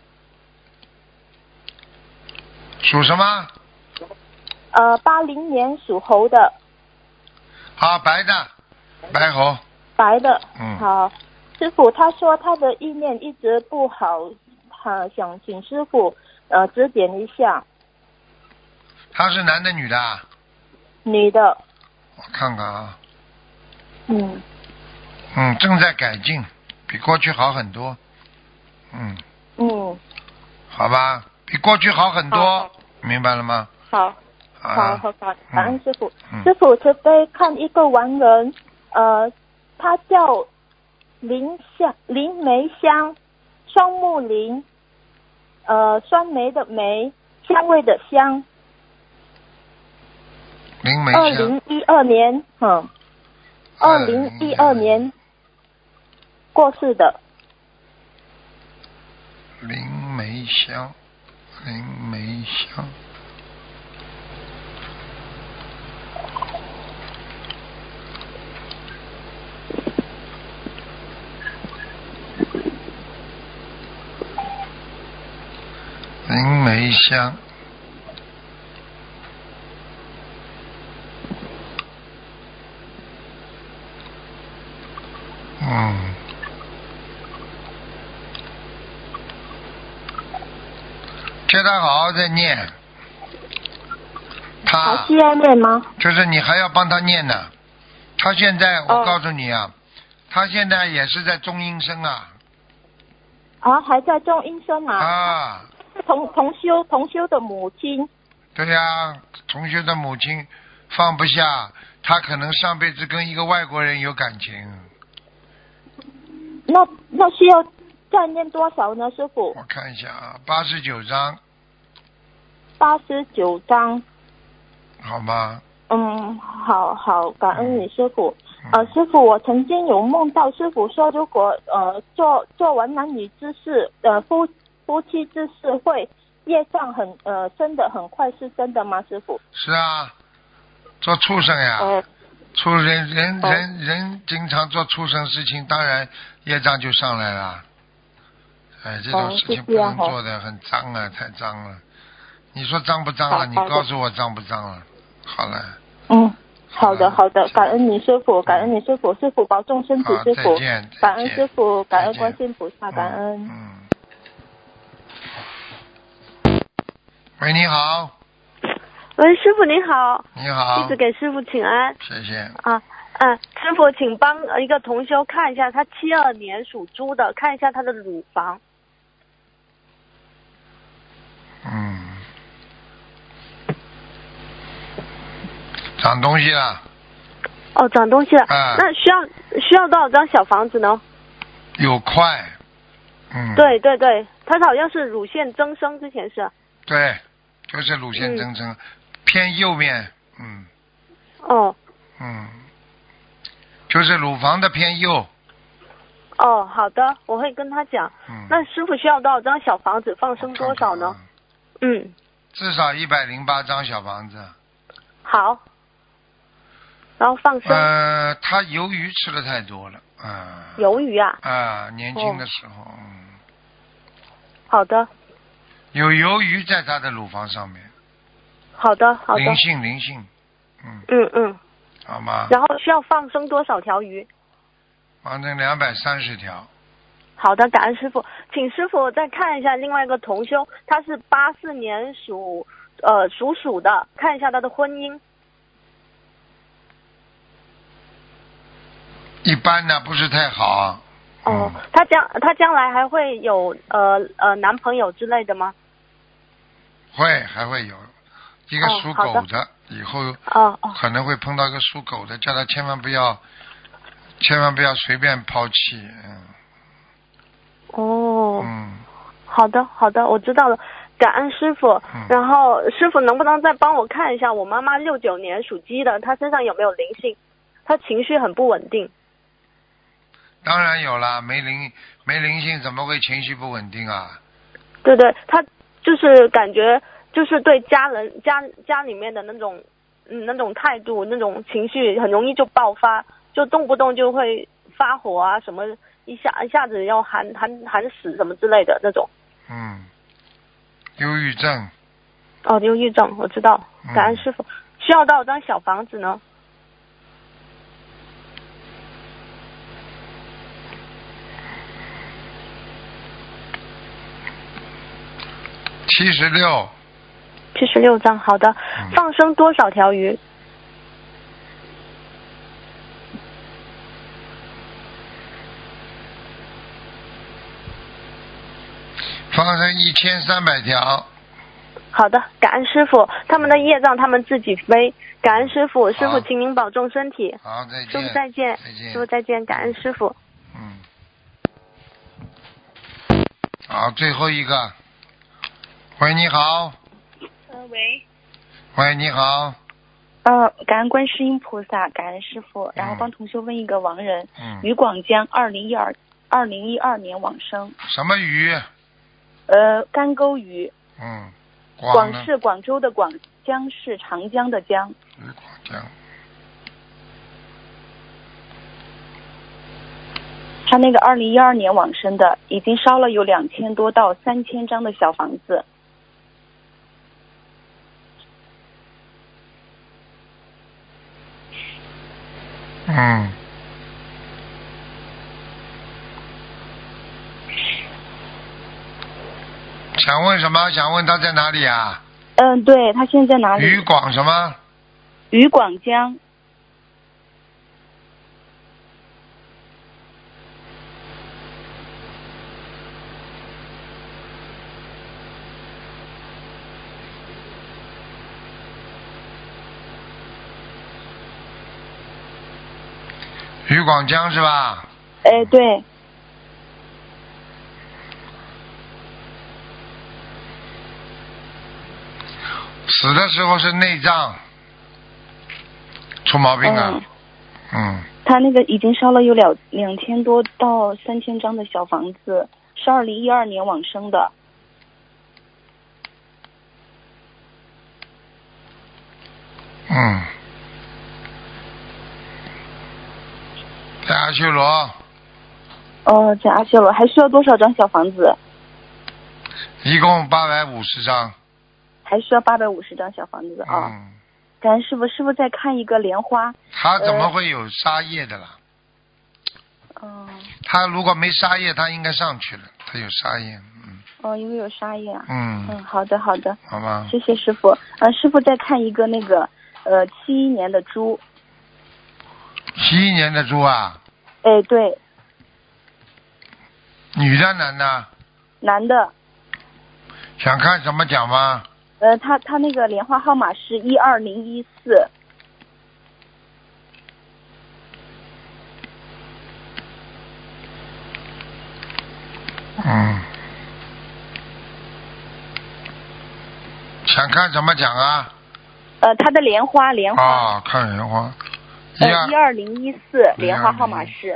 [SPEAKER 1] 属什么？
[SPEAKER 7] 呃，八零年属猴的。
[SPEAKER 1] 好，白的，白猴。
[SPEAKER 7] 白的。
[SPEAKER 1] 嗯。
[SPEAKER 7] 好，师傅，他说他的意念一直不好，他想请师傅呃指点一下。
[SPEAKER 1] 他是男的女的？
[SPEAKER 7] 女的。
[SPEAKER 1] 我看看啊。
[SPEAKER 7] 嗯。
[SPEAKER 1] 嗯，正在改进，比过去好很多。嗯。
[SPEAKER 7] 嗯。
[SPEAKER 1] 好吧，比过去好很多，明白了吗？
[SPEAKER 7] 好。
[SPEAKER 1] 好，
[SPEAKER 7] 好好感感恩师傅。
[SPEAKER 1] 嗯、
[SPEAKER 7] 师傅慈悲看一个亡人，呃，他叫林香林梅香，双木林，呃，酸梅的梅，香味的香。
[SPEAKER 1] 林梅香。
[SPEAKER 7] 二零一二年，嗯，二零一二年过世的。
[SPEAKER 1] 林梅香，林梅香。林梅香。嗯。叫他好好的念。他。
[SPEAKER 7] 还需要念吗？
[SPEAKER 1] 就是你还要帮他念呢。他现在，我告诉你啊，哦、他现在也是在中阴身啊。
[SPEAKER 7] 啊，还在中阴身啊。
[SPEAKER 1] 啊。
[SPEAKER 7] 同同修同修的母亲。
[SPEAKER 1] 对呀、啊，同修的母亲放不下，他可能上辈子跟一个外国人有感情。
[SPEAKER 7] 那那需要再念多少呢，师傅？
[SPEAKER 1] 我看一下啊，八十九章。
[SPEAKER 7] 八十九章。
[SPEAKER 1] 好吗？
[SPEAKER 7] 嗯，好好，感恩你师傅。嗯、呃，师傅，我曾经有梦到师傅说，如果呃做做完男女之事，呃夫夫妻之事会业障很呃深的很快，是真的吗，师傅？
[SPEAKER 1] 是啊，做畜生呀。
[SPEAKER 7] 呃
[SPEAKER 1] 畜人人人人经常做畜生事情，当然业障就上来了。哎，这种事情不能做的，很脏啊，太脏了。你说脏不脏了？你告诉我脏不脏了？好了。
[SPEAKER 7] 嗯，好的好的，感恩你师傅，感恩你师傅，师傅保重身体，师傅。
[SPEAKER 1] 再见。
[SPEAKER 7] 感恩师傅，感恩观世音菩萨，感恩。
[SPEAKER 1] 嗯。 喂，你好。
[SPEAKER 8] 喂，师傅您好。
[SPEAKER 1] 你好。
[SPEAKER 8] 弟子给师傅请安。
[SPEAKER 1] 谢谢。
[SPEAKER 8] 啊，嗯，师傅，请帮一个同修看一下，他七二年属猪的，看一下他的乳房。
[SPEAKER 1] 嗯。长东西了。
[SPEAKER 8] 哦，长东西了。
[SPEAKER 1] 啊。
[SPEAKER 8] 那需要需要多少张小房子呢？
[SPEAKER 1] 有块。嗯。
[SPEAKER 8] 对对对，他好像是乳腺增生，之前是。
[SPEAKER 1] 对，就是乳腺增生，嗯、偏右面，嗯。
[SPEAKER 8] 哦。
[SPEAKER 1] 嗯。就是乳房的偏右。
[SPEAKER 8] 哦，好的，我会跟他讲。
[SPEAKER 1] 嗯。
[SPEAKER 8] 那师傅需要多少张小房子？放生多少呢？看看啊、嗯。
[SPEAKER 1] 至少一百零八张小房子。
[SPEAKER 8] 好。然后放生。
[SPEAKER 1] 呃，他鱿鱼吃的太多了，啊、
[SPEAKER 8] 呃。鱿鱼啊。
[SPEAKER 1] 啊，年轻的时候。
[SPEAKER 8] 哦、
[SPEAKER 1] 嗯。
[SPEAKER 8] 好的。
[SPEAKER 1] 有鱿鱼在他的乳房上面。
[SPEAKER 8] 好的，好的。
[SPEAKER 1] 灵性，灵性。嗯。
[SPEAKER 8] 嗯嗯。
[SPEAKER 1] 好吗？
[SPEAKER 8] 然后需要放生多少条鱼？
[SPEAKER 1] 放生两百三十条。
[SPEAKER 8] 好的，感恩师傅，请师傅再看一下另外一个同修，他是八四年属呃属鼠的，看一下他的婚姻。
[SPEAKER 1] 一般呢，不是太好。
[SPEAKER 8] 哦，嗯、他将他将来还会有呃呃男朋友之类的吗？
[SPEAKER 1] 会，还会有一个属狗的，
[SPEAKER 8] 哦、
[SPEAKER 1] 以后
[SPEAKER 8] 哦哦
[SPEAKER 1] 可能会碰到一个属狗的，叫他千万不要，千万不要随便抛弃，嗯。
[SPEAKER 8] 哦。
[SPEAKER 1] 嗯。
[SPEAKER 8] 好的好的，我知道了，感恩师傅。嗯、然后师傅能不能再帮我看一下我妈妈六九年属鸡的，她身上有没有灵性？她情绪很不稳定。
[SPEAKER 1] 当然有啦，没灵没灵性怎么会情绪不稳定啊？
[SPEAKER 8] 对对，他就是感觉就是对家人家家里面的那种嗯那种态度那种情绪很容易就爆发，就动不动就会发火啊什么，一下一下子要喊喊喊死什么之类的那种。
[SPEAKER 1] 嗯，忧郁症。
[SPEAKER 8] 哦，忧郁症我知道，感恩师傅。嗯、需要多少张小房子呢？
[SPEAKER 1] 七十六，
[SPEAKER 8] 七十六张，好的。嗯、放生多少条鱼？
[SPEAKER 1] 放生一千三百条。
[SPEAKER 8] 好的，感恩师傅，他们的业障他们自己背。感恩师傅，师傅请您保重身体。
[SPEAKER 1] 好，再见。
[SPEAKER 8] 师傅再见。
[SPEAKER 1] 再见。
[SPEAKER 8] 师傅再见，感恩师傅。
[SPEAKER 1] 嗯。好，最后一个。喂，你好。
[SPEAKER 9] 呃，喂。
[SPEAKER 1] 喂，你好。
[SPEAKER 9] 呃，感恩观世音菩萨，感恩师傅，然后帮同学问一个亡人，
[SPEAKER 1] 嗯，
[SPEAKER 9] 于广江，二零一二二零一二年往生。
[SPEAKER 1] 什么鱼？
[SPEAKER 9] 呃，干沟鱼。
[SPEAKER 1] 嗯。
[SPEAKER 9] 广是广州的广，江是长江的江。
[SPEAKER 1] 于广江。
[SPEAKER 9] 他那个二零一二年往生的，已经烧了有两千多到三千张的小房子。
[SPEAKER 1] 嗯。想问什么？想问他在哪里啊？
[SPEAKER 9] 嗯，对，他现在哪里？
[SPEAKER 1] 于广什么？
[SPEAKER 9] 于广江。
[SPEAKER 1] 于广江是吧？
[SPEAKER 9] 哎，对。
[SPEAKER 1] 死的时候是内脏出毛病了。嗯。嗯
[SPEAKER 9] 他那个已经烧了有两两千多到三千张的小房子，是二零一二年往生的。
[SPEAKER 1] 嗯。在阿修罗。
[SPEAKER 9] 哦，在阿修罗，还需要多少张小房子？
[SPEAKER 1] 一共八百五十张。
[SPEAKER 9] 还需要八百五十张小房子啊！
[SPEAKER 1] 嗯。
[SPEAKER 9] 感恩师傅，师傅再看一个莲花。
[SPEAKER 1] 他怎么会有沙叶的啦？
[SPEAKER 9] 哦、呃。
[SPEAKER 1] 他如果没沙叶，他应该上去了。他有沙叶，嗯。
[SPEAKER 9] 哦，因为有沙业啊。
[SPEAKER 1] 嗯。
[SPEAKER 9] 嗯，好的好的。
[SPEAKER 1] 好吧。
[SPEAKER 9] 谢谢师傅。呃，师傅再看一个那个呃七一年的猪。
[SPEAKER 1] 七一年的猪啊？
[SPEAKER 9] 哎，对。
[SPEAKER 1] 女的男的？
[SPEAKER 9] 男的。
[SPEAKER 1] 想看什么讲吗？
[SPEAKER 9] 呃，他他那个莲花号码是一二零一四。
[SPEAKER 1] 嗯。想看什么讲啊？
[SPEAKER 9] 呃，他的莲花莲花。
[SPEAKER 1] 啊，看莲花。
[SPEAKER 9] 呃，一二零一四，莲花号码是。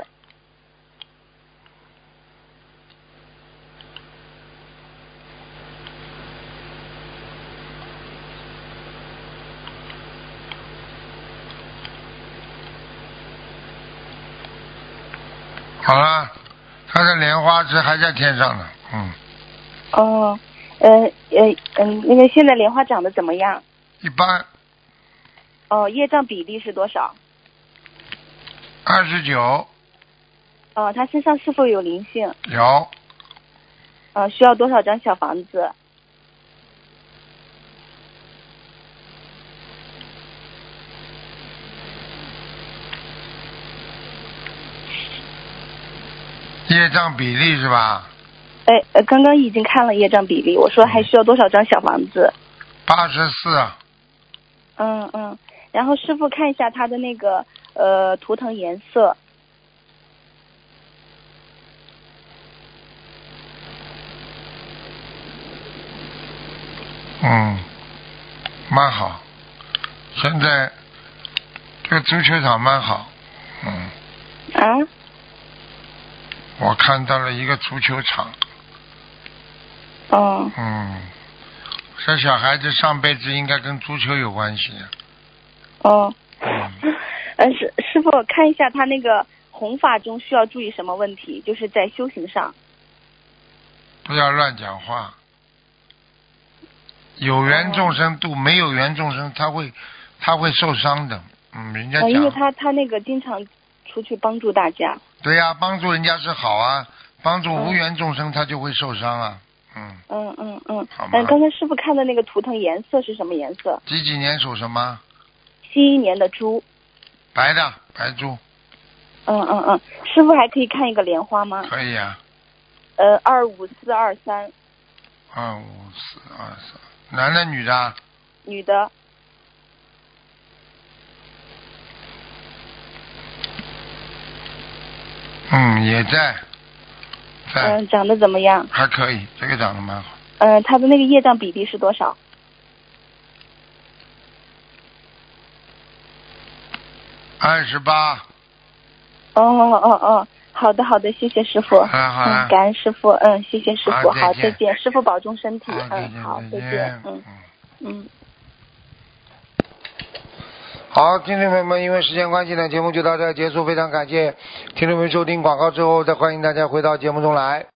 [SPEAKER 1] 好了，他的莲花是还在天上呢，嗯。
[SPEAKER 9] 哦，呃呃嗯，那个现在莲花长得怎么样？
[SPEAKER 1] 一般。
[SPEAKER 9] 哦，业障比例是多少？
[SPEAKER 1] 二十九。
[SPEAKER 9] 哦，他身上是否有灵性？
[SPEAKER 1] 有。
[SPEAKER 9] 呃，需要多少张小房子？
[SPEAKER 1] 业障比例是吧？
[SPEAKER 9] 哎，呃，刚刚已经看了业障比例，我说还需要多少张小房子？
[SPEAKER 1] 八十四。
[SPEAKER 9] 嗯嗯，然后师傅看一下他的那个呃图腾颜色。
[SPEAKER 1] 嗯，蛮好。现在这个足球场蛮好，嗯。
[SPEAKER 9] 啊？
[SPEAKER 1] 我看到了一个足球场。
[SPEAKER 9] 哦。
[SPEAKER 1] 嗯，这小孩子上辈子应该跟足球有关系。
[SPEAKER 9] 哦。
[SPEAKER 1] 嗯。
[SPEAKER 9] 呃，师师傅看一下他那个弘法中需要注意什么问题？就是在修行上。
[SPEAKER 1] 不要乱讲话。有缘众生度，没有缘众生他会他会受伤的。嗯，人家讲。
[SPEAKER 9] 呃、因为他他那个经常出去帮助大家。
[SPEAKER 1] 对呀、啊，帮助人家是好啊，帮助无缘众生他就会受伤啊。嗯。
[SPEAKER 9] 嗯嗯嗯。
[SPEAKER 1] 好吗？
[SPEAKER 9] 嗯，刚才师傅看的那个图腾颜色是什么颜色？
[SPEAKER 1] 几几年属什么？
[SPEAKER 9] 七一年的猪。
[SPEAKER 1] 白的，白猪。
[SPEAKER 9] 嗯嗯嗯，师傅还可以看一个莲花吗？
[SPEAKER 1] 可以啊。
[SPEAKER 9] 呃，二五四二三。
[SPEAKER 1] 二五四二三，男的女的？
[SPEAKER 9] 女的。
[SPEAKER 1] 嗯，也在。在。
[SPEAKER 9] 嗯，长得怎么样？
[SPEAKER 1] 还可以，这个长得蛮好。
[SPEAKER 9] 嗯、呃，他的那个业障比例是多少？
[SPEAKER 1] 二十八。
[SPEAKER 9] 哦哦哦，好的好的，谢谢师傅。
[SPEAKER 1] 好好
[SPEAKER 9] 嗯，感恩师傅，嗯，谢谢师傅，好，
[SPEAKER 1] 再
[SPEAKER 9] 见，师傅保重身体，
[SPEAKER 1] 嗯，
[SPEAKER 9] 好，再见，嗯嗯。
[SPEAKER 1] 好，听众朋友们，因为时间关系呢，节目就到这儿结束，非常感谢听众朋友收听广告之后，再欢迎大家回到节目中来。